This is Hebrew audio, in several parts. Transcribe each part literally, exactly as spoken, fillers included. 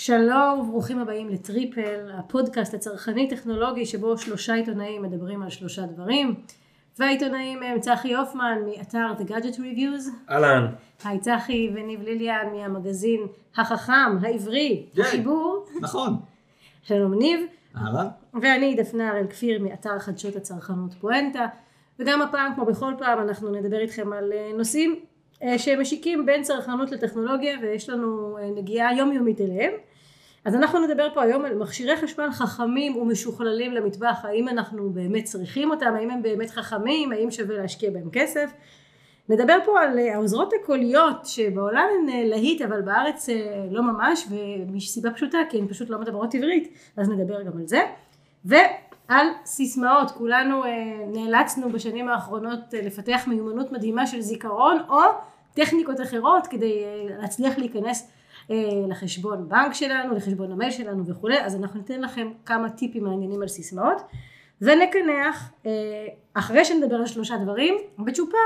שלום וברוכים הבאים לטריפל, הפודקאסט הצרכני טכנולוגי שבו שלושה עיתונאים מדברים על שלושה דברים. והעיתונאים הם צחי הופמן מאתר The Gadget Reviews. אהלן. היי צחי, וניב ליליאן מהמגזין החכם, העברי, החיבור. נכון. שלום ניב. אהלן. ואני דפנה הראל כפיר מאתר חדשות הצרכנות פואנטה. וגם הפעם, כמו בכל פעם, אנחנו נדבר איתכם על נושאים שמשיקים בין צרכנות לטכנולוגיה, ויש לנו נגיעה יומיומית אליהם. אז אנחנו נדבר פה היום על מכשירי חשמל חכמים ומשוכללים למטבח. האם אנחנו באמת צריכים אותם? האם הם באמת חכמים? האם שווה להשקיע בהם כסף? נדבר פה על העוזרות הקוליות שבעולם הן להיט, אבל בארץ לא ממש, ומסיבה פשוטה, כי הן פשוט לא מדברות עברית. אז נדבר גם על זה. ועל סיסמאות. כולנו נאלצנו בשנים האחרונות לפתח מיומנות מדהימה של זיכרון, או טכניקות אחרות כדי להצליח להיכנס לחשבון בנק שלנו, לחשבון המייל שלנו וכו'. אז אנחנו ניתן לכם כמה טיפים מעניינים על סיסמאות, ונקנח, אחרי שנדבר על שלושה דברים, בצ'ופר,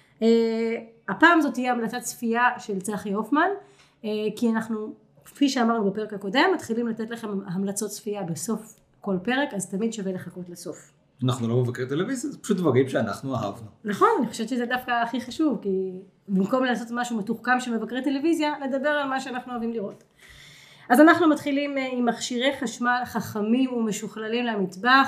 הפעם זאת תהיה המלצת צפייה של צחי הופמן, כי אנחנו, כפי שאמרנו בפרק הקודם, מתחילים לתת לכם המלצות צפייה בסוף כל פרק, אז תמיד שווה לחכות לסוף. אנחנו לא מבקרי טלוויזיה, זה פשוט דברים שאנחנו אהבנו. נכון, אני חושבת שזה דווקא הכי חשוב, כי במקום לעשות משהו מתוחכם שמבקרי טלוויזיה, לדבר על מה שאנחנו אוהבים לראות. אז אנחנו מתחילים עם מכשירי חשמל חכמים ומשוכללים למטבח.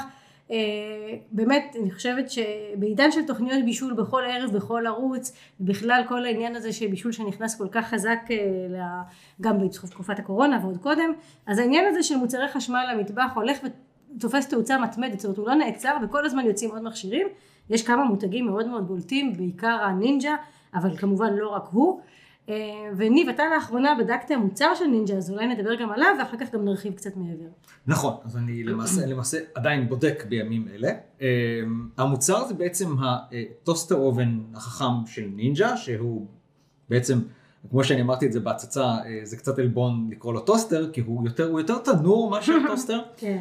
באמת, אני חושבת שבעידן של תוכניות בישול בכל ערב, בכל ערוץ, בכלל כל העניין הזה שבישול שנכנס כל כך חזק גם בתקופת הקורונה ועוד קודם, אז העניין הזה של מוצרי חשמל למטבח הולך ותופס תאוצה מתמדת, זאת אומרת הוא לא נעצר וכל הזמן יוצאים עוד מכשירים. יש כמה מותגים מאוד מאוד בולטים, בעיקר הנינג'ה, אבל כמובן לא רק הוא. וניב, אתה לאחרונה בדקת המוצר של נינג'ה, אז אולי נדבר גם עליו, ואחר כך גם נרחיב קצת מעבר. נכון, אז אני למעשה, למעשה עדיין בודק בימים אלה. המוצר זה בעצם הטוסטר אובן החכם של נינג'ה, שהוא בעצם, כמו שאני אמרתי את זה בהצצה, זה קצת אלבון לקרוא לו טוסטר, כי הוא יותר, הוא יותר תנור מאשר טוסטר.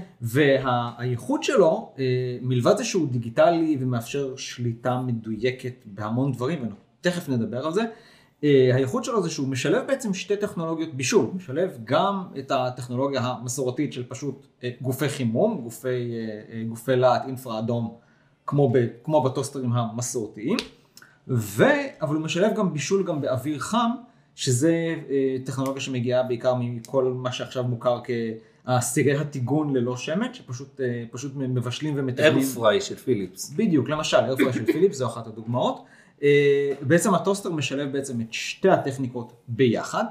והייחוד שלו, מלבד זה שהוא דיגיטלי ומאפשר שליטה מדויקת בהמון דברים, ותכף נדבר על זה. הייחוד שלו זה שהוא משלב בעצם שתי טכנולוגיות בישול, משלב גם את הטכנולוגיה המסורתית של פשוט גופי חימום, גופי, גופי להט אינפרה אדום, כמו, ב, כמו בטוסטרים המסורתיים, ו, אבל הוא משלב גם בישול גם באוויר חם, שזה טכנולוגיה שמגיעה בעיקר מכל מה שעכשיו מוכר כסירי הטיגון ללא שמן, שפשוט פשוט מבשלים ומתגנים. איירפריי של פיליפס. בדיוק, למשל, איירפריי של פיליפס, זו אחת הדוגמאות. בעצם הטוסטר משלב בעצם את שתי הטכניקות ביחד.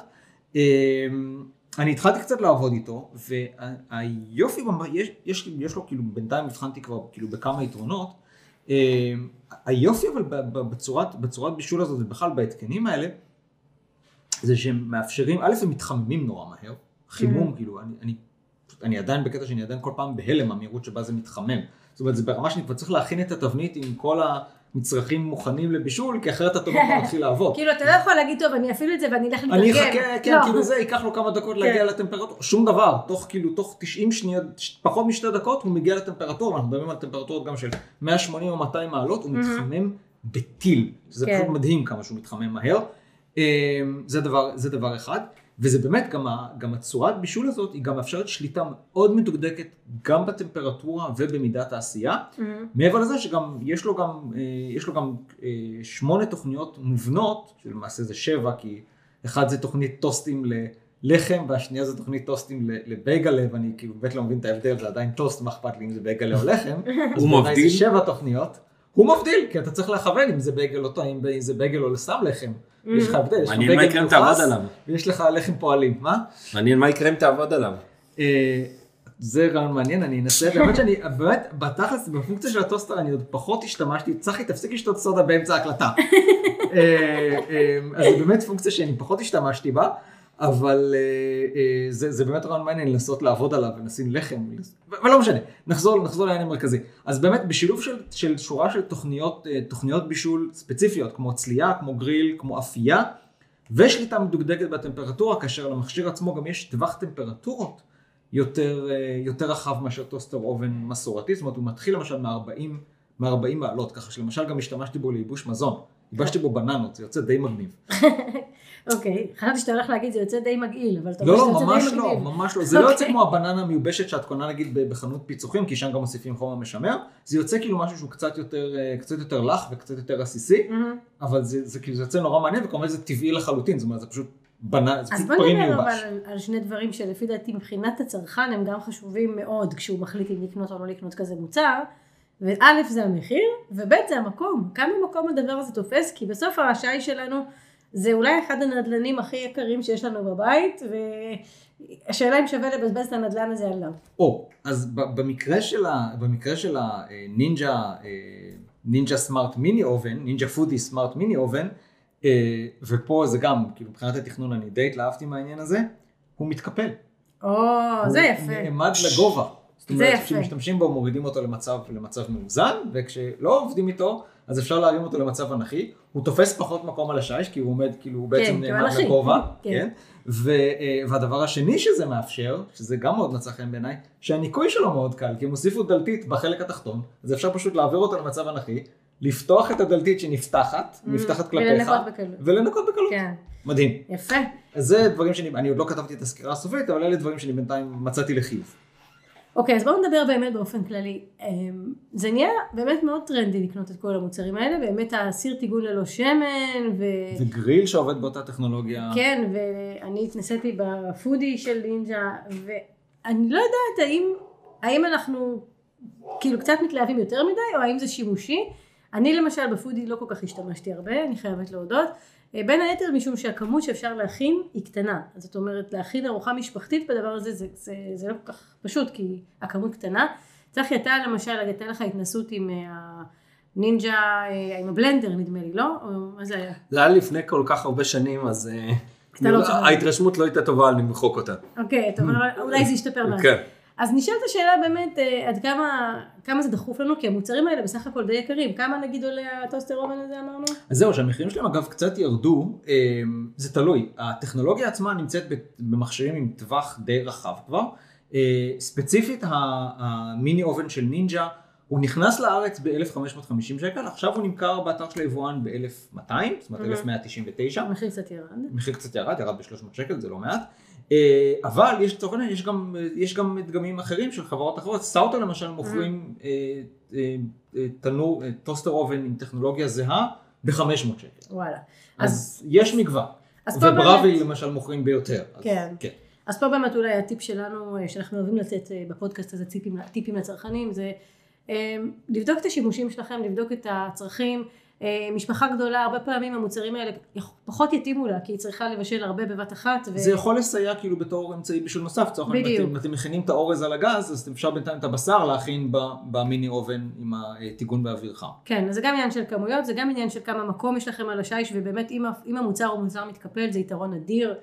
אני התחלתי קצת לעבוד איתו, והיופי, יש, יש, יש לו כאילו, בינתיים הבחנתי כבר כאילו בכמה יתרונות. היופי אבל בצורת, בצורת בישול הזאת, ובכלל בהתקנים האלה, זה שהם מאפשרים, א' הם מתחממים נורא מהר, חימום, כאילו, אני, אני, אני עדיין בקטע שאני עדיין כל פעם בהלם המהירות שבה זה מתחמם. זאת אומרת, זה ברמה שאני כבר צריך להכין את התבנית עם כל ה... מצרכים מוכנים לבישול, כי אחרת התבנית לא מתחיל לעבוד. כאילו, אתה לא יכול להגיד, טוב, אני אפעיל את זה ואני אלך לתרגם. אני אחכה, כן, כאילו זה, ייקח לו כמה דקות להגיע לטמפרטורה. שום דבר, תוך כאילו, תוך תשעים שניות, פחות משתי דקות, הוא מגיע לטמפרטורה. אנחנו מדברים על טמפרטורות גם של מאה ושמונים או מאתיים מעלות, הוא מתחמם בטיל. זה פשוט מדהים כמה שהוא מתחמם מהר. זה דבר, זה דבר אחד. וזה באמת, גם, גם הצורת בישול הזאת, היא גם מאפשרת שליטה מאוד מדוקדקת, גם בטמפרטורה ובמידת העשייה. Mm-hmm. מעבר לזה שגם, יש לו גם, יש לו גם שמונה תוכניות מובנות, שלמעשה זה שבע, כי אחד זה תוכנית טוסטים ללחם, והשנייה זה תוכנית טוסטים לבייגלה, ואני כאילו באמת לא מבין את ההבדל, זה עדיין טוסט, מה אכפת לי אם זה בייגלה או לחם. הוא מבדיל? זה שבע תוכניות. הוא מבדיל, כי אתה צריך להכוון אם זה בייגל או טעים, אם זה בייגל או לסם לחם. יש לך הבדל, יש לך בייגל מיוחס, ויש לך לחם פועלים, מה? מעניין מה יקרה אם תעבוד עליו. זה רעיון מעניין, אני אנסה, באמת שאני, באמת, בתכלס, בפונקציה של הטוסטר, אני עוד פחות השתמשתי, צחי, תפסיק לשתות סודה באמצע ההקלטה. אז זה באמת פונקציה שאני פחות השתמשתי בה, אבל זה, זה באמת רעיון מעניין לנסות לעבוד עליו ונשים לחם, אבל לא משנה, נחזור, נחזור לעניין המרכזי. אז באמת בשילוב של, של שורה של תוכניות, תוכניות בישול ספציפיות, כמו צלייה, כמו גריל, כמו אפייה, ושליטה מדוקדקת בטמפרטורה, כאשר למכשיר עצמו גם יש טווח טמפרטורות יותר, יותר רחב מאשר טוסטר אובן מסורתי, זאת אומרת הוא מתחיל למשל מ-ארבעים מעלות, ככה שלמשל גם השתמשתי בו לייבוש מזון. ייבשתי בו בננות, זה יוצא די מגניב. אוקיי, חשבתי שאתה הולך להגיד, זה יוצא די מגעיל, אבל אתה לא, אומר שזה לא, יוצא די ממש מגניב. לא, ממש לא. זה לא יוצא כמו הבננה המיובשת שאת קונה נגיד בחנות פיצוחים, כי שם גם מוסיפים חומר משמר. זה יוצא כאילו משהו שהוא קצת יותר, קצת יותר לח וקצת יותר עסיסי, אבל זה, זה כאילו, זה יוצא נורא מעניין, וכמובן זה טבעי לחלוטין, זאת אומרת, זה פשוט בננה, זה פשוט פרי מיובש. אז בוא נדבר אבל על שני דברים שלפי דעתי מבחינת הצרכן הם גם חשובים מאוד, כשהוא מחליט אם לקנות או לא לקנות כזה מוצר. וא' זה המחיר, וב' זה המקום. כמה מקום הדבר הזה תופס, כי בסוף הרשאי שלנו זה אולי אחד הנדלנים הכי יקרים שיש לנו בבית, והשאלה אם שווה לבזבז את הנדלן הזה עליו. או, אז במקרה של ה, במקרה של הנינג'ה, נינג'ה סמארט מיני אובן, נינג'ה פודי סמארט מיני אובן, ופה זה גם, כאילו מבחינת התכנון אני די התלהבתי מהעניין הזה, הוא מתקפל. או, זה יפה. הוא נעמד לגובה. זאת אומרת, כשמשתמשים בו מורידים אותו למצב, למצב מאוזן, וכשלא עובדים איתו, אז אפשר להרים אותו למצב אנכי. הוא תופס פחות מקום על השיש, כי הוא עומד, כאילו הוא בעצם נעמד לגובה. כן. והדבר השני שזה מאפשר, שזה גם מאוד מצא חן בעיניי, שהניקוי שלו מאוד קל, כי הם הוסיפו דלתית בחלק התחתון, אז אפשר פשוט להעביר אותו למצב אנכי, לפתוח את הדלתית שנפתחת, נפתחת כלפיך, ולנקות בקלות. מדהים. יפה. אז זה דברים שאני, אני עוד לא כתבתי את הסקירה הסופית, אבל אלה דברים שאני בינתיים מצאתי לחיוב. אוקיי, אז בואו נדבר באמת באופן כללי. זה נהיה באמת מאוד טרנדי לקנות את כל המוצרים האלה, באמת הסיר טיגון ללא שמן, ו... וגריל שעובד באותה טכנולוגיה. כן, ואני התנסיתי בפודי של נינג'ה, ואני לא יודעת האם, האם אנחנו כאילו קצת מתלהבים יותר מדי, או האם זה שימושי. אני למשל בפודי לא כל כך השתמשתי הרבה, אני חייבת להודות. בין היתר משום שהכמות שאפשר להכין היא קטנה. אז זאת אומרת, להכין ארוחה משפחתית בדבר הזה, זה, זה, זה לא כל כך פשוט, כי הכמות קטנה. צחי, אתה למשל, הייתה לך התנסות עם הנינג'ה, עם הבלנדר נדמה לי, לא? או מה זה היה? זה היה לפני כל כך הרבה שנים, אז ההתרשמות לא הייתה טובה, אני מחוק אותה. אוקיי, טוב, אולי זה ישתפר מאז. כן. אז נשאלת השאלה באמת עד כמה, כמה זה דחוף לנו, כי המוצרים האלה בסך הכל די יקרים. כמה נגיד עולה הטוסטר אובן הזה אמרנו? אז זהו, שהמחירים שלהם אגב קצת ירדו, זה תלוי. הטכנולוגיה עצמה נמצאת במכשירים עם טווח די רחב כבר. ספציפית המיני אובן של נינג'ה, הוא נכנס לארץ ב-אלף חמש מאות וחמישים שקל, עכשיו הוא נמכר באתר של היבואן ב-אלף מאתיים, זאת אומרת אלף מאה תשעים ותשע. המחיר קצת ירד. המחיר קצת ירד, ירד ב-שלוש מאות שקל, זה לא מעט. אבל יש תוכן, יש גם, יש גם דגמים אחרים של חברות אחרות. סאוטר למשל מוכרים תנור, טוסטר אובן עם טכנולוגיה זהה ב-חמש מאות שקל. וואלה. אז יש מגוון. ובראביל למשל מוכרים ביותר. כן. אז פה באמת אולי הטיפ שלנו, שאנחנו אוהבים לתת בפודקאסט הזה, טיפים לצרכנים, זה לבדוק את השימושים שלכם, לבדוק את הצרכים. משפחה גדולה, הרבה פעמים המוצרים האלה פחות יתאימו לה, כי היא צריכה לבשל הרבה בבת אחת. ו... זה יכול לסייע כאילו בתור אמצעי בישול נוסף. בדיוק. אם אתם מכינים את האורז על הגז, אז אפשר בינתיים את הבשר להכין במיני אובן עם הטיגון באוויר חם. כן, אז זה גם עניין של כמויות, זה גם עניין של כמה מקום יש לכם על השיש, ובאמת אם המוצר הוא מוצר מתקפל, זה יתרון אדיר.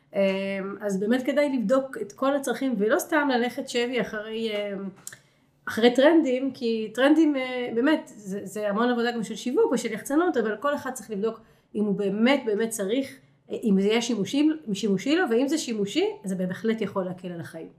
אז באמת כדאי לבדוק את כל הצרכים, ולא סתם ללכת שבי אחרי... אחרי טרנדים, כי טרנדים באמת, זה, זה המון עבודה גם של שיווק או של יחצנות, אבל כל אחד צריך לבדוק אם הוא באמת באמת צריך, אם זה יהיה שימושי, שימושי לו, ואם זה שימושי, זה בהחלט יכול להקל על החיים.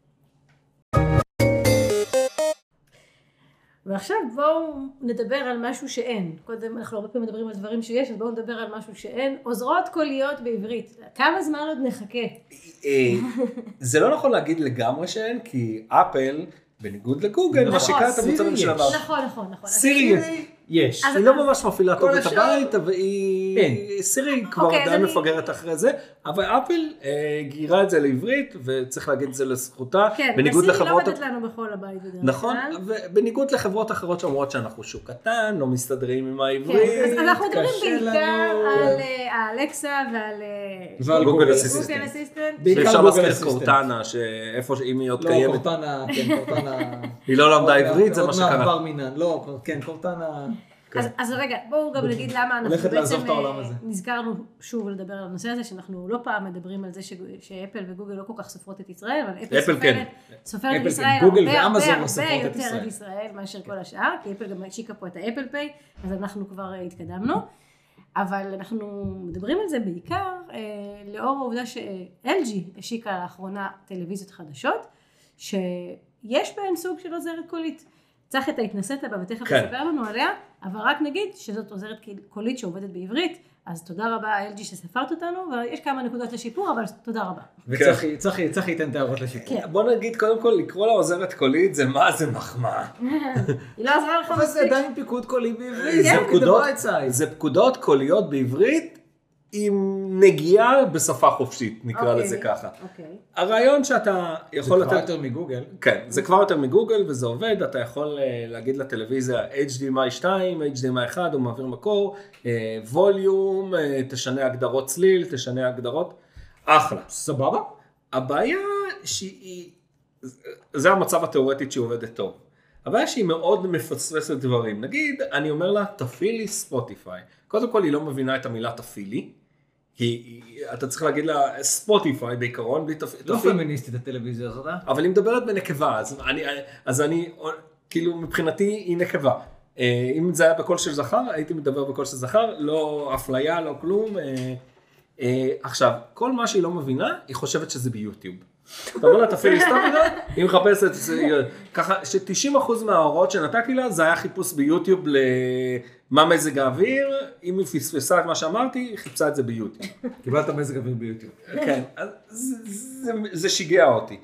ועכשיו בואו נדבר על משהו שאין. קודם אנחנו הרבה פעמים מדברים על דברים שיש, אז בואו נדבר על משהו שאין. עוזרות קוליות בעברית. כמה זמן עוד נחכה? זה לא נכון להגיד לגמרי שאין, כי אפל... בניגוד לגוגל, משיקה את המוצרים של הבא. נכון, נכון, נכון. סירי יש. היא לא ממש מפעילה טוב את הבית, אבל היא... סירי כבר די מפגרת אחרי זה, אבל אפל גירה את זה לעברית, וצריך להגיד את זה לזכותה. כן, וסירי לא עובדת לנו בכל הבית. נכון, ובניגוד לחברות אחרות שאומרות שאנחנו שוק קטן, לא מסתדרים עם העברית. אז אנחנו מדברים בעיקר על האלקסה ועל גוגל אסיסטנט. אפשר להזכיר קורטנה, שאיפה שאם היא עוד קיימת. לא, קורטנה, כן, קורטנה. היא לא למדה עברית, זה מה שקרה. בר מינן, לא, כן, קורטנה. אז רגע, בואו גם נגיד למה אנחנו בעצם נזכרנו שוב לדבר על הנושא הזה, שאנחנו לא פעם מדברים על זה שאפל וגוגל לא כל כך סופרות את ישראל, אבל אפל סופרת את ישראל הרבה הרבה הרבה יותר את ישראל מאשר כל השאר, כי אפל גם השיקה פה את האפל פיי, אז אנחנו כבר התקדמנו. אבל אנחנו מדברים על זה בעיקר לאור העובדה ש-אל ג'י השיקה לאחרונה טלוויזיות חדשות, שיש בהן סוג של עוזרת קולית. צח אתה התנסית בה ותכף תספר לנו עליה, אבל רק נגיד שזאת עוזרת קולית שעובדת בעברית, אז תודה רבה אל ג'י שספרת אותנו, ויש כמה נקודות לשיפור, אבל תודה רבה. וצחי, צחי, צחי ייתן תארות לשיפור. בוא נגיד קודם כל, לקרוא לה עוזרת קולית, זה מה זה מחמאה. היא לא עזרה לך מספיק. אבל זה עדיין פיקוד קולי בעברית, זה פקודות קוליות בעברית, עם נגיעה בשפה חופשית, נקרא לזה ככה. הרעיון שאתה יכול לתת... זה כבר יותר מגוגל. כן, זה כבר יותר מגוגל וזה עובד, אתה יכול להגיד לטלוויזיה אייץ' די אם איי שתיים, אייץ' די אם איי אחד, הוא מעביר מקור, ווליום, תשנה הגדרות צליל, תשנה הגדרות, אחלה. סבבה. הבעיה שהיא, זה המצב התיאורטית שהיא עובדת טוב. הבעיה שהיא מאוד מפספסת דברים. נגיד, אני אומר לה, תפעילי ספוטיפיי. קודם כל, היא לא מבינה את המילה תפעילי. היא, אתה צריך להגיד לה, ספוטיפיי בעיקרון, בלי תפעיל. לא פמיניסטית הטלוויזיה הזאת, אה? אבל היא מדברת בנקבה, אז אני, אז אני, כאילו, מבחינתי היא נקבה. אם זה היה בקול של זכר, הייתי מדבר בקול של זכר, לא אפליה, לא כלום. עכשיו, כל מה שהיא לא מבינה, היא חושבת שזה ביוטיוב. אתה אומר לה, תפעילי סטופידות, היא מחפשת, ככה ש-תשעים אחוז מההוראות שנתתי לה, זה היה חיפוש ביוטיוב למה מזג האוויר, אם היא פספסה את מה שאמרתי, היא חיפשה את זה ביוטיוב. קיבלת מזג האוויר ביוטיוב. כן, זה שיגע אותי.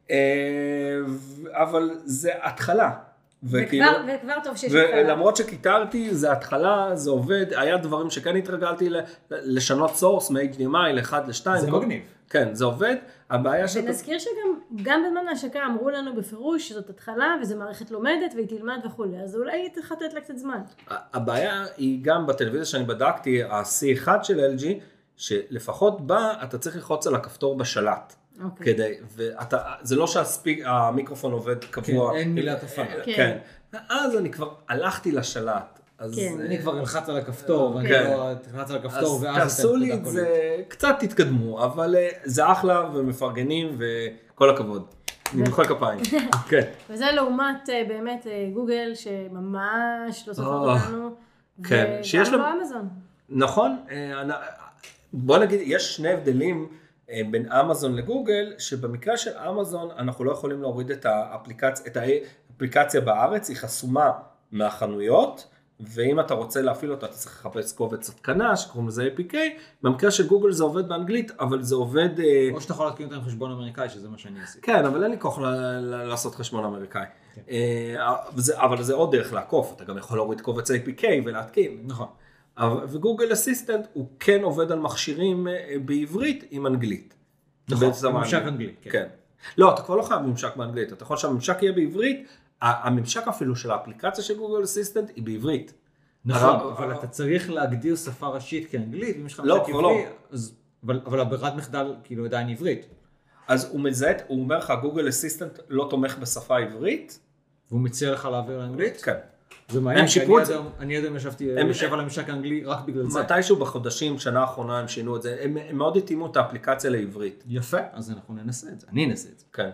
אבל זה התחלה. וכבר טוב שיש התחלה. ולמרות שכיתרתי, זה התחלה, זה עובד, היה דברים שכן התרגלתי לשנות סורס מ-אייץ' די אם איי ל-אחד ל-שתיים. זה מגניב. כן, זה עובד. הבעיה שאתה... ונזכיר שגם בזמן ההשקה אמרו לנו בפירוש שזאת התחלה וזו מערכת לומדת והיא תלמד וכו', אז אולי צריך לתת לה קצת זמן. הבעיה היא גם בטלוויזיה שאני בדקתי, ה-סי אחת של אל ג'י, שלפחות בה אתה צריך ללחוץ על הכפתור בשלט. כדי, ואתה, זה לא שהמיקרופון עובד קבוע. כן, אין מילת הפעלה. כן. אז אני כבר הלכתי לשלט. אני כבר אלחץ על הכפתור, ואני לא תלחץ על הכפתור, ואז תעשו לי את זה, קצת תתקדמו, אבל זה אחלה ומפרגנים וכל הכבוד. נמחא כפיים. וזה לעומת באמת גוגל שממש לא סופר אותנו, וגם לא אמזון. נכון, בוא נגיד, יש שני הבדלים בין אמזון לגוגל, שבמקרה של אמזון אנחנו לא יכולים להוריד את האפליקציה, את האפליקציה בארץ, היא חסומה מהחנויות, ואם אתה רוצה להפעיל אותה, אתה צריך לחפש קובץ התקנה, שקוראים לזה איי פי קיי, במקרה של גוגל זה עובד באנגלית, אבל זה עובד... או שאתה יכול להתקין אותה עם חשבון אמריקאי, שזה מה שאני עשיתי. כן, אבל אין לי כוח לעשות חשבון אמריקאי. אבל זה עוד דרך לעקוף, אתה גם יכול להוריד קובץ איי פי קיי ולהתקין. נכון. וגוגל אסיסטנט הוא כן עובד על מכשירים בעברית עם אנגלית. נכון, ממשק אנגלית. כן. לא, אתה כבר לא חייב ממשק באנגלית, אתה יכול שהממשק יהיה בעברית, הממשק אפילו של האפליקציה של גוגל אסיסטנט היא בעברית. נכון, אבל אתה צריך להגדיר שפה ראשית כאנגלית, ואם יש לך ממשק עברי, אבל הברירת מחדל כאילו עדיין עברית. אז הוא מזהה, הוא אומר לך, גוגל אסיסטנט לא תומך בשפה עברית. והוא מציע לך להעביר לאנגלית? כן. זה מעניין, אני עדיין יושב על הממשק האנגלי רק בגלל זה. מתישהו בחודשים, שנה האחרונה הם שינו את זה, הם מאוד התאימו את האפליקציה לעברית. יפה, אז אנחנו ננסה את זה, אני אנסה את זה. כן.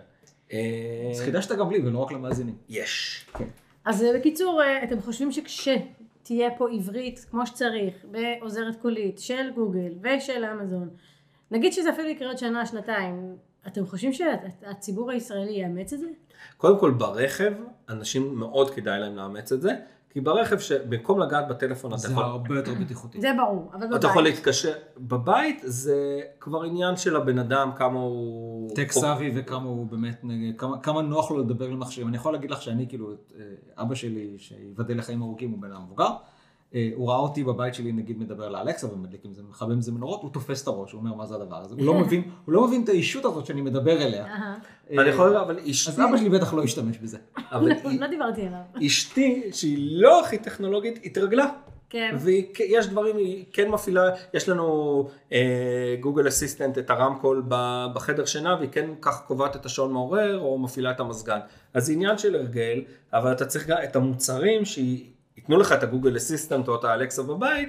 אז חידשת גם לי ולא רק למאזינים. יש. אז בקיצור, אתם חושבים שכשתהיה פה עברית כמו שצריך, בעוזרת קולית של גוגל ושל אמזון, נגיד שזה אפילו יקרה עוד שנה, שנתיים, אתם חושבים שהציבור הישראלי יאמץ את זה? קודם כל ברכב, אנשים מאוד כדאי להם לאמץ את זה, כי ברכב שבמקום לגעת בטלפון, זה הרבה יותר בטיחותי. זה ברור, אבל בבית. אתה יכול להתקשר, בבית זה כבר עניין של הבן אדם, כמה הוא... טק סאבי וכמה הוא באמת, כמה נוח לו לדבר למחשבים. אני יכול להגיד לך שאני כאילו, אבא שלי שיבדל לחיים ארוכים, הוא בן המבוגר, הוא ראה אותי בבית שלי, נגיד, מדבר לאלקסה ומדליק עם זה, מחבר עם זה מנורות, הוא תופס את הראש, הוא אומר מה זה הדבר הזה. הוא לא מבין, הוא לא מבין את האישות הזאת שאני מדבר אליה. אני יכול, אבל אשתי... אז אבא שלי בטח לא ישתמש בזה. לא דיברתי עליו. אשתי, שהיא לא הכי טכנולוגית, התרגלה. כן. ויש דברים, היא כן מפעילה, יש לנו גוגל אסיסטנט, את הרמקול בחדר שינה, והיא כן כך קובעת את השעון מעורר, או מפעילה את המזגן. אז זה עניין של הרגל, אבל אתה צריך גם את המוצרים שהיא... ייתנו לך את הגוגל אסיסטנט או את האלקסה בבית,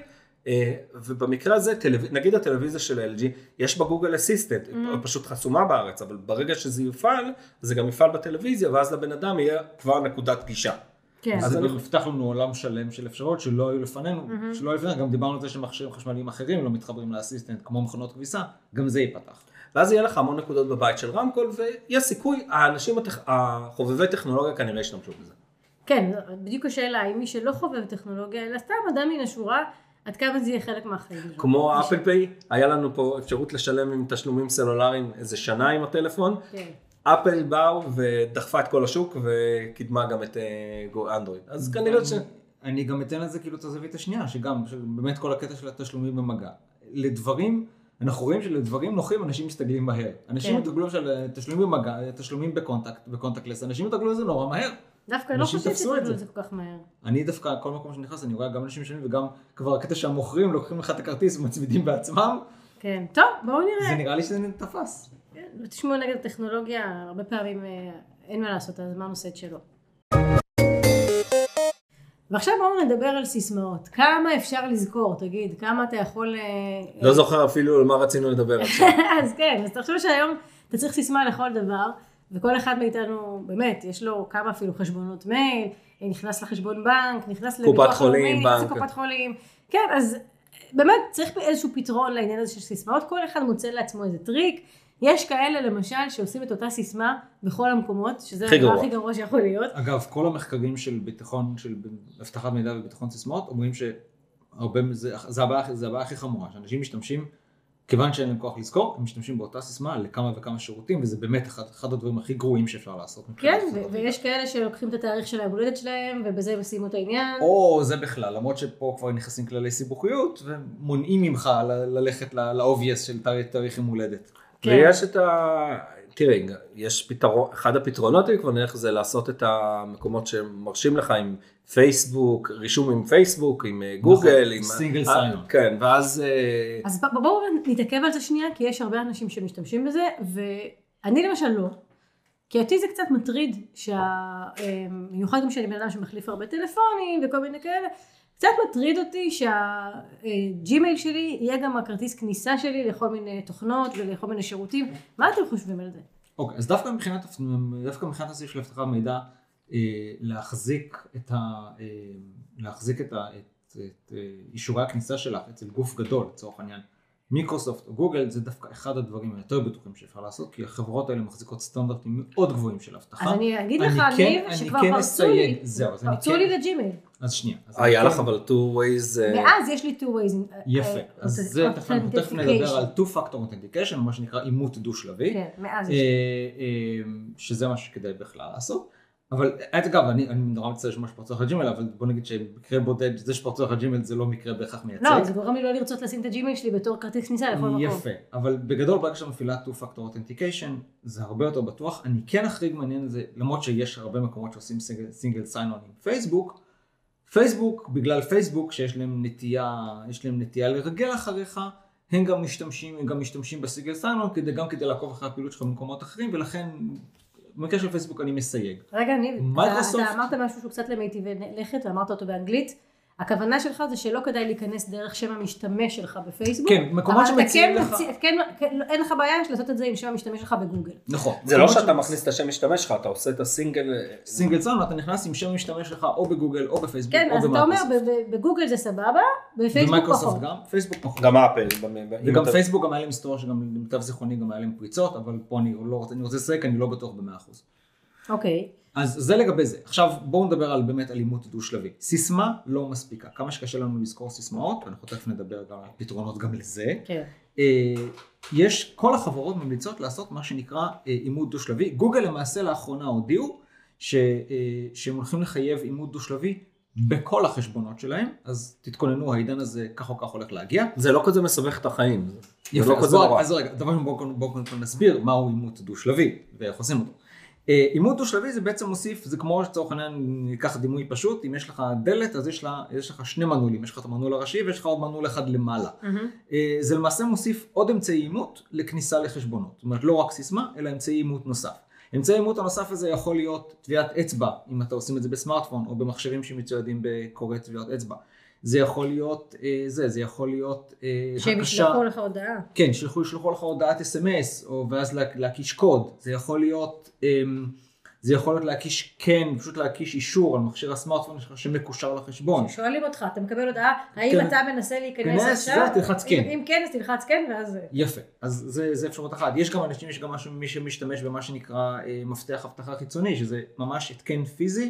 ובמקרה הזה, נגיד הטלוויזיה של אל ג'י, יש בה גוגל אסיסטנט, היא פשוט חסומה בארץ, אבל ברגע שזה יפעל, זה גם יפעל בטלוויזיה, ואז לבן אדם יהיה כבר נקודת גישה. כן. אז זה גם יפתח לנו עולם שלם של אפשרות שלא היו לפנינו, שלא היו לפנינו, גם דיברנו על זה שמכשירים חשמליים אחרים לא מתחברים לאסיסטנט, כמו מכונות כביסה, גם זה ייפתח. ואז יהיה לך המון נקודות בבית של רמקול, ויש סיכוי, האנשים החובבי טכנולוגיה כנראה ישתמשו בזה. כן, בדיוק השאלה, אם מי שלא חובב טכנולוגיה, אלא סתם אדם מן השורה, עד כמה זה יהיה חלק מהחיים. כמו אפל פיי, היה לנו פה אפשרות לשלם עם תשלומים סלולריים איזה שנה עם הטלפון. כן. אפל באו ודחפה את כל השוק וקידמה גם את אנדרואיד. אז כנראה ש... אני גם אתן לזה כאילו את הזווית השנייה, שגם באמת כל הקטע של התשלומים במגע. לדברים, אנחנו רואים שלדברים נוחים אנשים מסתגלים מהר. אנשים מתרגלו של תשלומים במגע, תשלומים בקונטקט, בקונטקטלס, אנשים מתרגלו לזה נורא מהר. דווקא לא חושבת שתרגלו לזה כל כך מהר. אני דווקא, כל מקום שנכנס, אני רואה גם אנשים משלמים, וגם כבר הקטע שהמוכרים לוקחים לך את הכרטיס ומצמידים בעצמם. כן, טוב, בואו נראה. זה נראה לי שזה תפס. תשמעו נגד הטכנולוגיה, הרבה פעמים אין מה לעשות, אז מה נושא את שלו. ועכשיו בואו נדבר על סיסמאות. כמה אפשר לזכור, תגיד, כמה אתה יכול... לא זוכר אפילו על מה רצינו לדבר עכשיו. אז כן, אז תחשוב שהיום אתה צריך סיסמה לכל דבר, וכל אחד מאיתנו, באמת, יש לו כמה אפילו חשבונות מייל, נכנס לחשבון בנק, נכנס קופת חולים, בנק. קופת חולים. כן, אז באמת צריך איזשהו פתרון לעניין הזה של סיסמאות, כל אחד מוצא לעצמו איזה טריק. יש כאלה למשל שעושים את אותה סיסמה בכל המקומות, שזה הדבר הכי גרוע שיכול להיות. אגב, כל המחקרים של ביטחון, של אבטחת מידע וביטחון סיסמאות, אומרים שהרבה, זה, זה הבעיה, זה הבעיה הכי חמורה, שאנשים משתמשים, כיוון שאין להם כוח לזכור, הם משתמשים באותה סיסמה לכמה וכמה שירותים, וזה באמת אחד, אחד הדברים הכי גרועים שאפשר לעשות. כן, ו- ויש כאלה שלוקחים את התאריך של ההולדת שלהם, ובזה מסיימו את העניין. או זה בכלל, למרות שפה כבר נכנסים כללי סיבוכיות, ומונעים ממך ל- ללכת ל-obvious של תאריך עם הולדת. ויש את ה... תראי, יש פתרון, אחד הפתרונות כבר נלך זה לעשות את המקומות שמרשים לך עם פייסבוק, רישום עם פייסבוק, עם גוגל, עם... סינגל סיין. כן, ואז... אז בואו נתעכב על זה שנייה, כי יש הרבה אנשים שמשתמשים בזה, ואני למשל לא. כי אותי זה קצת מטריד, במיוחד גם שאני בן אדם שמחליף הרבה טלפונים וכל מיני כאלה, קצת מטריד אותי שהג'ימייל שלי יהיה גם הכרטיס כניסה שלי לכל מיני תוכנות ולכל מיני שירותים. מה אתם חושבים על זה? אוקיי, אז דווקא מבחינת, דווקא מבחינת הסעיף של אבטחת מידע, להחזיק את ה, להחזיק את ה, את, את אישורי הכניסה שלך אצל גוף גדול, לצורך העניין, מיקרוסופט או גוגל, זה דווקא אחד הדברים היותר בטוחים שאפשר לעשות, כי החברות האלה מחזיקות סטנדרטים מאוד גבוהים של אבטחה. אז אני אגיד לך, אני שכבר פרצו לי, פרצו לי לג'ימייל. אז שנייה. היה לך אבל two ways. ואז יש לי two ways. יפה. אז זה תכף נדבר על two factor authentication, מה שנקרא אימות דו-שלבי. כן, מאז יש לי. שזה מה שכדאי בכלל לעשות. אבל, אגב, אני נורא מצטער שמה שפרצו לך הג'ימייל, אבל בוא נגיד שבמקרה בודד, זה שפרצו לך הג'ימייל זה לא מקרה בהכרח מייצג. לא, זה גורם לי לא לרצות לשים את הג'ימייל שלי בתור כרטיס כניסה לכל מקום. יפה, אבל בגדול ברגע שמפעילה two factor authentication, זה הרבה יותר בטוח. אני כן אחריג מעניין את זה, למרות שיש הרבה מקומות שעושים סינגל סיין-און עם פייסבוק. פייסבוק, בגלל פייסבוק שיש להם נטייה, יש להם נטייה לרגל אחריך, הם גם משתמשים, הם גם משתמשים בסינגל סיין-און, כדי, גם כדי לעקוב אחרי הפעילות שלך במקומות אחרים, ולכן במקרה של פייסבוק אני מסייג. רגע, אני, מייקרוסופט... אתה אמרת משהו שהוא קצת למיטיבי לכת, ואמרת אותו באנגלית. הכוונה שלך זה שלא כדאי להיכנס דרך שם המשתמש שלך בפייסבוק. כן, מקומות שמציעים לך. כן, אין לך בעיה לעשות את זה עם שם המשתמש שלך בגוגל. נכון. זה לא שאתה מכניס את השם המשתמש שלך, אתה עושה את הסינגל... סינגל סיין, אתה נכנס עם שם המשתמש שלך או בגוגל או בפייסבוק כן, או אז אתה אומר, בגוגל זה סבבה, בפייסבוק פחות. גם, פייסבוק פחות. גם אפל. וגם פייסבוק גם היה להם היסטוריה שגם למיטב זיכרוני גם היה להם פריצות, אבל פה אני לא רוצה, אני רוצה לסייג, אני לא בטוח ב-מאה אחוז. אוקיי. אז זה לגבי זה. עכשיו בואו נדבר על באמת על אימות דו-שלבי. סיסמה לא מספיקה. כמה שקשה לנו לזכור סיסמאות, ואנחנו תכף נדבר גם על פתרונות גם לזה. כן. יש, כל החברות ממליצות לעשות מה שנקרא אימות דו-שלבי. גוגל למעשה לאחרונה הודיעו שהם הולכים לחייב אימות דו-שלבי בכל החשבונות שלהם, אז תתכוננו, העידן הזה כך או כך הולך להגיע. זה לא כזה מסבך את החיים. יפה, אז רגע, דבר בואו נסביר מהו אימות דו-שלבי ואיך עושים אותו. אימות דו-שלבי זה בעצם מוסיף, זה כמו שצורך העניין ניקח דימוי פשוט, אם יש לך דלת אז יש, לה, יש לך שני מנעולים, יש לך את המנעול הראשי ויש לך עוד מנעול אחד למעלה. Mm-hmm. זה למעשה מוסיף עוד אמצעי אימות לכניסה לחשבונות, זאת אומרת לא רק סיסמה אלא אמצעי אימות נוסף. אמצעי אימות הנוסף הזה יכול להיות טביעת אצבע, אם אתה עושים את זה בסמארטפון או במחשבים שמצוידים בקורא טביעת אצבע. זה יכול להיות, זה, זה יכול להיות שהם ישלחו לך הודעה. כן, שלחו, ישלחו לך הודעת אס אם אס, או ואז להקיש קוד. זה יכול להיות, זה יכול להיות להקיש כן, פשוט להקיש אישור על מכשיר הסמארטפון שלך שמקושר לחשבון. שואלים אותך, אתה מקבל הודעה, האם אתה מנסה להיכנס עכשיו? כנס, זה, תלחץ כן. אם כן, אז תלחץ כן, ואז... יפה, אז זה, זה אפשרות אחת. יש גם אנשים, יש גם משהו, מי שמשתמש במה שנקרא מפתח אבטחה חיצוני, שזה ממש התקן פיזי,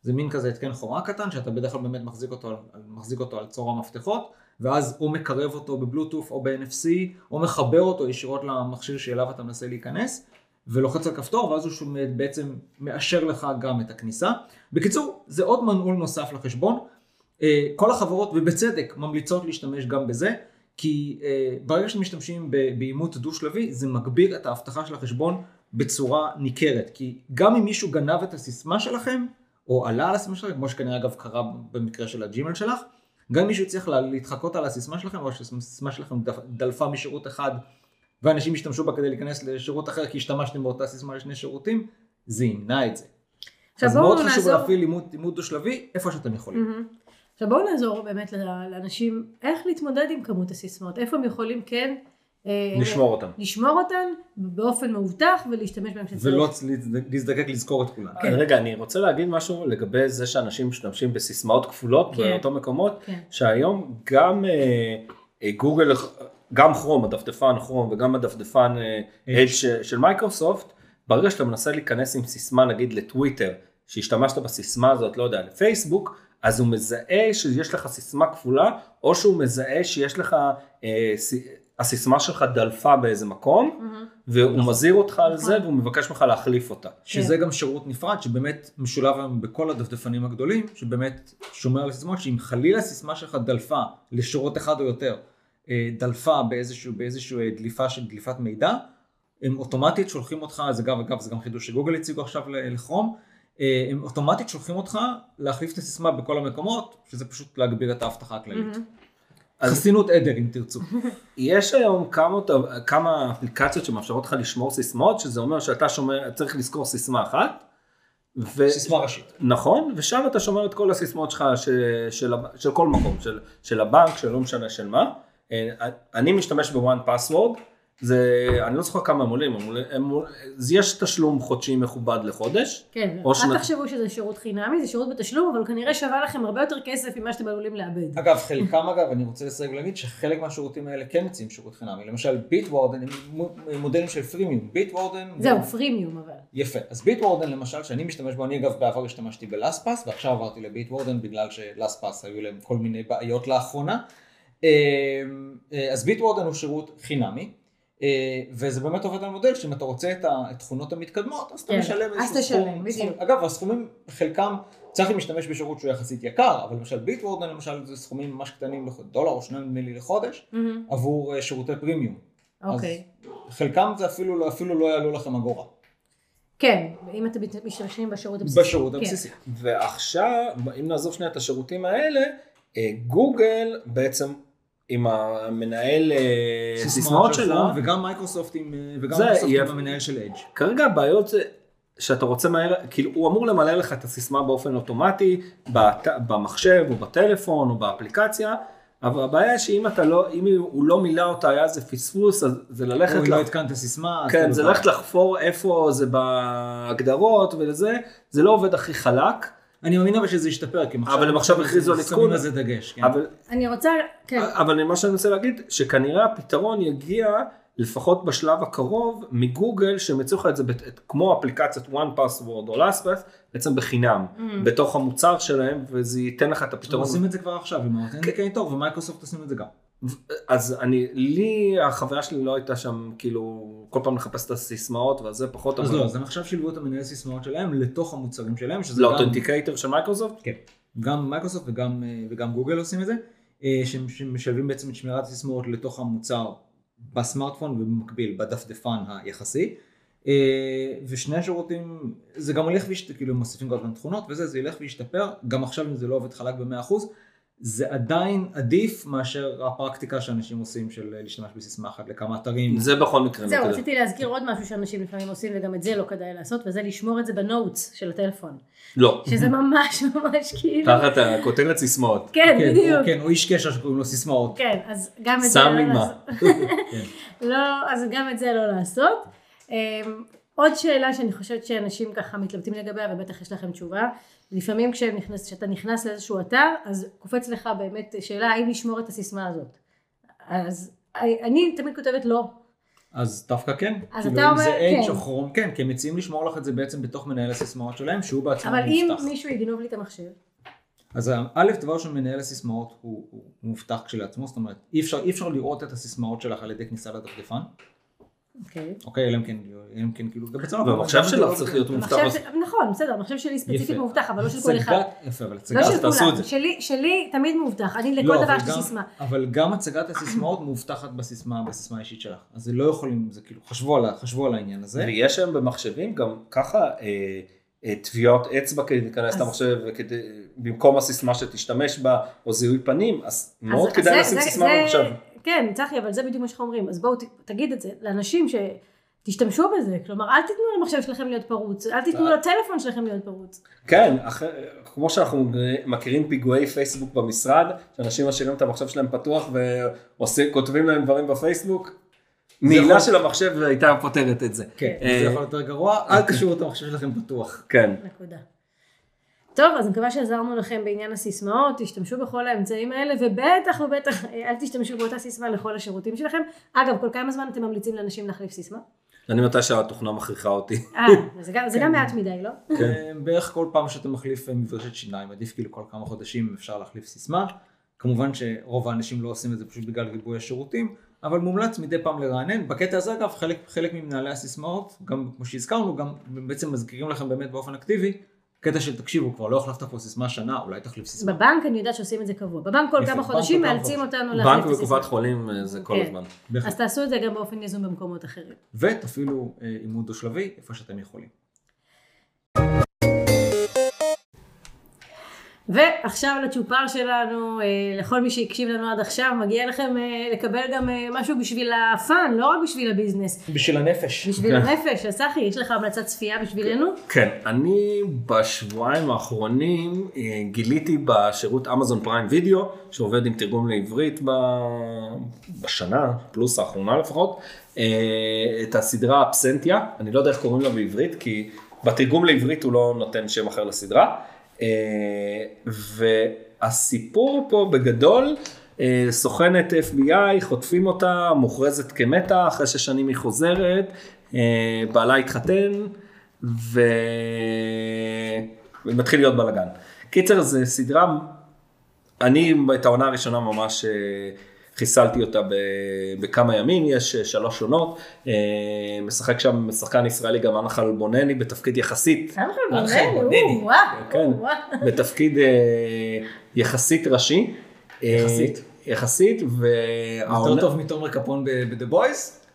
זה מין כזה התקן חומה קטן, שאתה בדרך כלל באמת מחזיק אותו, מחזיק אותו על צור המפתחות, ואז הוא מקרב אותו בבלוטוף או ב-אן אף סי, או מחבר אותו ישירות למכשיר שאליו אתה מנסה להיכנס, ולוחץ על כפתור, ואז הוא בעצם מאשר לך גם את הכניסה. בקיצור, זה עוד מנעול נוסף לחשבון. כל החברות, ובצדק, ממליצות להשתמש גם בזה, כי ברגע שמשתמשים באימות דו-שלבי, זה מגביר את ההבטחה של החשבון בצורה ניכרת. כי גם אם מישהו גנב את הסיסמה שלכם, או עלה על הסיסמה שלכם, כמו שכנראה אגב קרה במקרה של הג'ימייל שלך, גם אם מישהו צריך להתחקות על הסיסמה שלכם, או שהסיסמה שלכם דלפה משירות אחד, ואנשים השתמשו בה כדי להיכנס לשירות אחר, כי השתמשתם באותה סיסמה לשני שירותים, זה ימנע את זה. אז מאוד חשוב להפעיל אימות דו-שלבי, איפה שאתם יכולים. עכשיו בואו נעזור באמת לאנשים איך להתמודד עם כמות הסיסמאות, איפה הם יכולים כן לשמור אותן. לשמור אותן באופן מאובטח ולהשתמש בהם שצריך. ולא להזדקק לזכור את כולן. רגע, אני רוצה להגיד משהו לגבי זה שאנשים משתמשים בסיסמאות כפולות באותו מקומות, שהיום גם גוגל, גם כרום, הדפדפן כרום וגם הדפדפן אדג' של מייקרוסופט, ברגע שאתה מנסה להיכנס עם סיסמה נגיד לטוויטר, שהשתמשת בסיסמה הזאת, לא יודע, לפייסבוק, אז הוא מזהה שיש לך סיסמה כפולה, או שהוא מזהה שיש לך, אה, הסיסמה שלך דלפה באיזה מקום, והוא נכון. מזהיר אותך נכון. על זה, והוא מבקש ממך להחליף אותה. שזה גם שירות נפרד, שבאמת משולב בכל הדפדפנים הגדולים, שבאמת שומר על הסיסמות, שאם חלילה הסיסמה שלך דלפה לשירות אחד או יותר, אה, דלפה באיזשהו, באיזשהו דליפה של דליפת מידע, הם אוטומטית שולחים אותך, זה גם, אגב, זה גם חידוש שגוגל הציגו עכשיו לכרום, הם אוטומטית שולחים אותך להחליף את הסיסמה בכל המקומות, שזה פשוט להגביר את ההבטחה הכללית. חסינות עדר, אם תרצו. יש היום כמה, כמה אפליקציות שמאפשרות לך לשמור סיסמאות, שזה אומר שאתה שומר, צריך לזכור סיסמה אחת. ו... סיסמה ראשית. נכון, ושם אתה שומר את כל הסיסמאות שלך של, של, של כל מקום, של, של הבנק, של לא משנה של מה. אני משתמש בוואן פאסוורד, זה, אני לא זוכר כמה הם עולים, יש תשלום חודשי מכובד לחודש. כן, אל שנת... תחשבו שזה שירות חינמי, זה שירות בתשלום, אבל כנראה שווה לכם הרבה יותר כסף ממה שאתם עלולים לאבד. אגב, חלקם אגב, אני רוצה לסייג ולהגיד שחלק מהשירותים האלה כן מציעים שירות חינמי, למשל ביטוורדן, מודלים של פרימיום, ביטוורדן... זהו, פרימיום אבל. יפה, אז ביטוורדן למשל, שאני משתמש בו, אני אגב בעבר השתמשתי בלאספאס, ועכשיו עברתי לביטוורדן בגלל שלאספאס היו להם כל מיני בעיות לאחרונה. אז ביטוורדן הוא שירות חינמי. וזה באמת עובד על מודל שאם אתה רוצה את התכונות המתקדמות, אז אתה משלם איזשהו סכום. אגב, הסכומים, חלקם, צריך להשתמש בשירות שהוא יחסית יקר, אבל למשל ביטוורדן, למשל, זה סכומים ממש קטנים, דולר או שניים מילי לחודש, עבור שירותי פרימיום. אוקיי. חלקם זה אפילו לא יעלו לכם אגורה. כן, אם אתם משתמשים בשירות הבסיסי. בשירות הבסיסי. ועכשיו, אם נעזוב שנייה את השירותים האלה, גוגל בעצם עם המנהל סיסמאות שלה, וגם מייקרוסופט וגם מייקרוסופט עם המנהל של אדג'. כרגע הבעיות זה שאתה רוצה מהר, כאילו הוא אמור למלא לך את הסיסמה באופן אוטומטי, במחשב או בטלפון או באפליקציה, אבל הבעיה שאם אתה לא, אם הוא לא מילא אותה, היה זה פספוס, אז זה ללכת... הוא לא התקן את הסיסמה. כן, זה ללכת לחפור איפה זה בהגדרות ולזה, זה לא עובד הכי חלק. אני מאמין אבל שזה ישתפר, אבל הם עכשיו הכריזו על עדכון. לזה דגש, כן. אני רוצה, כן. אבל מה שאני מנסה להגיד, שכנראה הפתרון יגיע, לפחות בשלב הקרוב, מגוגל, שהם יצאו לך את זה, כמו אפליקציית one password או LastPass, בעצם בחינם, בתוך המוצר שלהם, וזה ייתן לך את הפתרון. עושים את זה כבר עכשיו, עם האותנטיקייטור, ומייקרוסופט עושים את זה גם. אז אני, לי, החוויה שלי לא הייתה שם, כאילו, כל פעם לחפש את הסיסמאות, וזה פחות... אז לא, אז הם עכשיו שילבו את המנהל סיסמאות שלהם, לתוך המוצרים שלהם, לאותנטיקייטור של מייקרוסופט? כן, גם מייקרוסופט וגם, וגם גוגל עושים את זה, שמשלבים בעצם את שמירת הסיסמאות לתוך המוצר בסמארטפון, ובמקביל בדפדפן היחסי, ושני השירותים, זה גם הולך וישתפר, כאילו מוסיפים כל הזמן תכונות, וזה, זה ילך וישתפר, גם עכשיו אם זה לא עובד חלק ב-מאה אחוז, זה עדיין עדיף מאשר הפרקטיקה שאנשים עושים של להשתמש בסיסמה אחת לכמה אתרים. זה בכל מקרה. זהו, רציתי להזכיר עוד משהו שאנשים לפעמים עושים, וגם את זה לא כדאי לעשות, וזה לשמור את זה בנוטס של הטלפון. לא. שזה ממש ממש כאילו... תחת הכותרת סיסמאות. כן, בדיוק. כן, או איש קשר שקוראים לו סיסמאות. כן, אז גם את זה לא לעשות. לא, אז גם את זה לא לעשות. עוד שאלה שאני חושבת שאנשים ככה מתלבטים לגביה, ובטח יש לכם תשובה. לפעמים כשאתה נכנס לאיזשהו אתר, אז קופץ לך באמת שאלה, האם לשמור את הסיסמה הזאת? אז אני תמיד כותבת לא. אז דווקא כן. אז כאילו אתה אם אומר, זה איידג' כן. או כרום, כן, כי הם מציעים לשמור לך את זה בעצם בתוך מנהל הסיסמאות שלהם, שהוא בעצמו אבל אם מובטח. מישהו יגנוב לי את המחשב, אז א', דבר של מנהל הסיסמאות הוא, הוא מובטח כשלעצמו, זאת אומרת, אי אפשר, אי אפשר לראות את הסיסמאות שלך על ידי כניסה לדפדפן. אוקיי. אוקיי, אלא אם כן, אלא אם כן, כאילו, בצורה. והמחשב שלך צריך להיות מובטח. המחשב ש- נכון, בסדר, המחשב שלי ספציפית מאובטח, אבל לא של כל אחד. הצגת- יפה, אבל לא הצגת, של תעשו כולם, את זה. שלי- שלי תמיד מאובטח, אני לכל לא, דבר אבל יש לי גם- סיסמה. אבל גם הצגת הסיסמאות מאובטחת בסיסמה, בסיסמה האישית שלך. אז זה לא יכולים, זה כאילו, חשבו על, חשבו על העניין הזה. ויש היום במחשבים גם ככה אה, אה, טביעות אצבע כדי להיכנס אז- למחשב, וכדי, במקום הסיסמה שתשתמש בה, או זיהוי פנים, אז מאוד אז- כדאי אז לשים זה- סיסמה זה- במחשב. כן, צחי, אבל זה בדיוק מה שאנחנו אומרים, אז בואו ת- תגיד את זה לאנשים שתשתמשו בזה, כלומר אל תיתנו למחשב שלכם להיות פרוץ, אל תיתנו לטלפון שלכם להיות פרוץ. כן, אחרי, כמו שאנחנו מכירים פיגועי פייסבוק במשרד, שאנשים משאירים את המחשב שלהם פתוח וכותבים להם דברים בפייסבוק, נעילה יכול- של המחשב הייתה פותרת את זה. כן, אה, זה יכול להיות יותר גרוע, אל תשאירו את המחשב שלכם פתוח. כן. נקודה. טוב, אז אני מקווה שעזרנו לכם בעניין הסיסמאות, תשתמשו בכל האמצעים האלה, ובטח ובטח אל תשתמשו באותה סיסמה לכל השירותים שלכם. אגב, כל כמה זמן אתם ממליצים לאנשים להחליף סיסמה? אני מתי שהתוכנה מכריחה אותי. אה, זה גם, זה גם מעט מדי, לא? בערך כל פעם שאתה מחליף מברשת שיניים, עדיף כאילו כל כמה חודשים אפשר להחליף סיסמה. כמובן שרוב האנשים לא עושים את זה פשוט בגלל ריבוי השירותים, אבל מומלץ מדי פעם לרענן. בקטע הזה אגב, חלק, חלק ממנהלי הסיסמאות, גם כמו שהזכרנו, גם בעצם מזכירים לכם באמת באופן אקטיבי, קטע של תקשיבו, כבר לא החלפת פה סיסמה שנה, אולי תחליף סיסמה. בבנק אני יודעת שעושים את זה קבוע. בבנק כל יפה, כמה בנק חודשים כל כמה מאלצים חודשים. אותנו בנק להחליף את הסיסמה. וקופת חולים זה כל כן. הזמן. אז תעשו את זה גם באופן יזום במקומות אחרים. ותפעילו אה, עימות דו שלבי, איפה שאתם יכולים. ועכשיו לצ'ופר שלנו, אה, לכל מי שהקשיב לנו עד עכשיו, מגיע לכם אה, לקבל גם אה, משהו בשביל הפאן, לא רק בשביל הביזנס, בשביל הנפש. בשביל הנפש. אז צחי, יש לך המלצת צפייה בשבילנו? כן, אני בשבועיים האחרונים אה, גיליתי בשירות אמזון פריים וידאו, שעובד עם תרגום לעברית ב- בשנה, פלוס האחרונה לפחות, אה, את הסדרה אבסנטיה, אני לא יודע איך קוראים לה בעברית, כי בתרגום לעברית הוא לא נותן שם אחר לסדרה, אה, והסיפור פה בגדול, אה, סוכנת אף בי איי, חוטפים אותה, מוכרזת כמתה, אחרי שש שנים היא חוזרת, אה, בעלה התחתן, ו... ומתחיל להיות בלגן. קיצר, זה סדרה, אני את העונה הראשונה ממש חיסלתי אותה בכמה ימים, יש שלוש שונות, משחק שם שחקן ישראלי גם אנחל בונני בתפקיד יחסית, אנחל בונני, וואו, כן, וואו. בתפקיד יחסית ראשי, יחסית. יחסית, יותר טוב מתומר קפון ב-The Boys?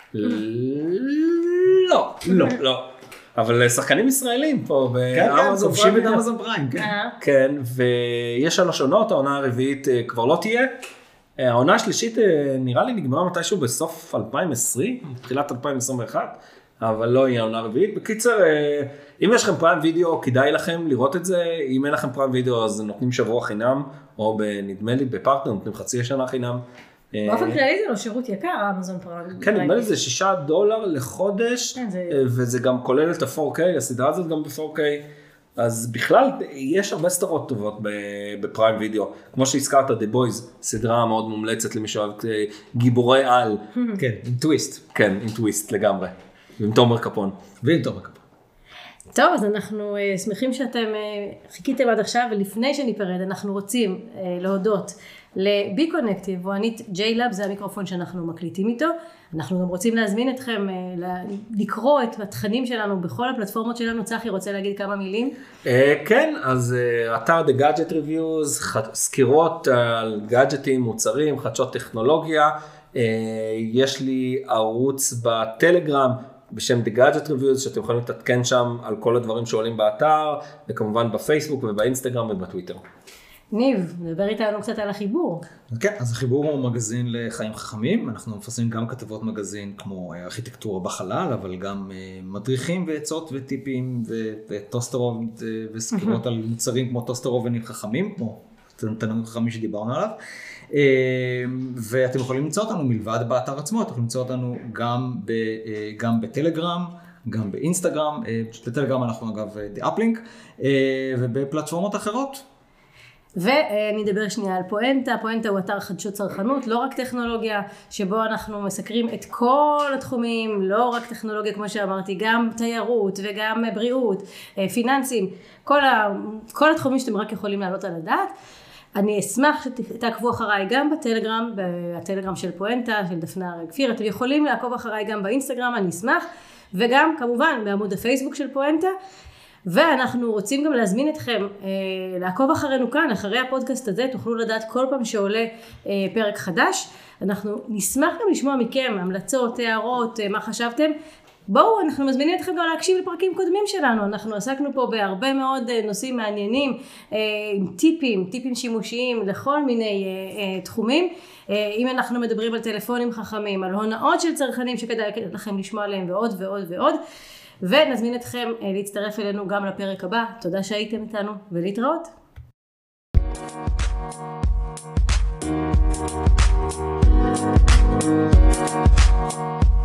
לא, לא, לא. אבל שחקנים ישראלים פה כן, כן, באמזון כובשים את פריים. אמזון פריים, כן. כן, ויש שלוש עונות, העונה הרביעית כבר לא תהיה. העונה השלישית נראה לי נגמרה מתישהו בסוף אלפיים ועשרים, תחילת אלפיים עשרים ואחת, אבל לא יהיה העונה הרביעית. בקיצר, אם יש לכם פריים וידאו, כדאי לכם לראות את זה. אם אין לכם פריים וידאו, אז נותנים שבוע חינם, או נדמה לי בפרטנר, נותנים חצי שנה חינם. באופן כללי זה לא שירות יקר, אמזון פריים. כן, נדמה לי זה שישה דולר לחודש, כן, זה- וזה גם כולל את ה-פור קיי, הסדרה הזאת גם ב-פור קיי, אז בכלל יש הרבה סדרות טובות ב- בפריים וידאו, כמו שהזכרת, The Boys, סדרה מאוד מומלצת למי שאוהב אה, גיבורי על, כן, עם טוויסט. כן, עם טוויסט לגמרי, עם תומר קפון. ועם תומר קפון. טוב, אז אנחנו uh, שמחים שאתם uh, חיכיתם עד עכשיו, ולפני שניפרד אנחנו רוצים uh, להודות לבי קונקטיב, יבואנית ג'יילאב, זה המיקרופון שאנחנו מקליטים איתו. אנחנו גם רוצים להזמין אתכם uh, לקרוא את התכנים שלנו בכל הפלטפורמות שלנו. צחי רוצה להגיד כמה מילים? Uh, כן, אז uh, אתר The Gadget Reviews, ח- סקירות על גאדג'טים, מוצרים, חדשות טכנולוגיה, uh, יש לי ערוץ בטלגרם, בשם The Gadget Reviews, שאתם יכולים לתתקן שם על כל הדברים שעולים באתר, וכמובן בפייסבוק ובאינסטגרם ובטוויטר. ניב, נדבר איתנו קצת על החיבור. כן, אז החיבור הוא מגזין לחיים חכמים, אנחנו מפרסמים גם כתבות מגזין כמו ארכיטקטורה בחלל, אבל גם מדריכים ועצות וטיפים וטוסטר אובן וסקירות על מוצרים כמו טוסטר אובנים חכמים, כמו תנורים חכמים שדיברנו עליו. ואתם יכולים למצוא אותנו מלבד באתר עצמו, אתם יכולים למצוא אותנו גם, ב, גם בטלגרם, גם באינסטגרם, בטלגרם אנחנו אגב The Uplink, ובפלטפורמות אחרות. ואני אדבר שנייה על פואנטה. פואנטה הוא אתר חדשות צרכנות, לא רק טכנולוגיה, שבו אנחנו מסקרים את כל התחומים, לא רק טכנולוגיה כמו שאמרתי, גם תיירות וגם בריאות, פיננסים, כל, ה, כל התחומים שאתם רק יכולים לעלות על הדעת. אני אשמח שתעקבו אחריי גם בטלגרם, בטלגרם של פואנטה, של דפנה הראל כפיר. אתם יכולים לעקוב אחריי גם באינסטגרם, אני אשמח, וגם כמובן בעמוד הפייסבוק של פואנטה. ואנחנו רוצים גם להזמין אתכם אה, לעקוב אחרינו כאן, אחרי הפודקאסט הזה, תוכלו לדעת כל פעם שעולה אה, פרק חדש. אנחנו נשמח גם לשמוע מכם המלצות, הערות, אה, מה חשבתם. בואו, אנחנו מזמינים אתכם גם להקשיב לפרקים קודמים שלנו. אנחנו עסקנו פה בהרבה מאוד אה, נושאים מעניינים, אה, עם טיפים, טיפים שימושיים לכל מיני אה, אה, תחומים. אה, אם אנחנו מדברים על טלפונים חכמים, על הונאות של צרכנים שכדאי לכם לשמוע עליהם ועוד ועוד ועוד. ונזמין אתכם להצטרף אלינו גם לפרק הבא. תודה שהייתם איתנו ולהתראות. Thank you.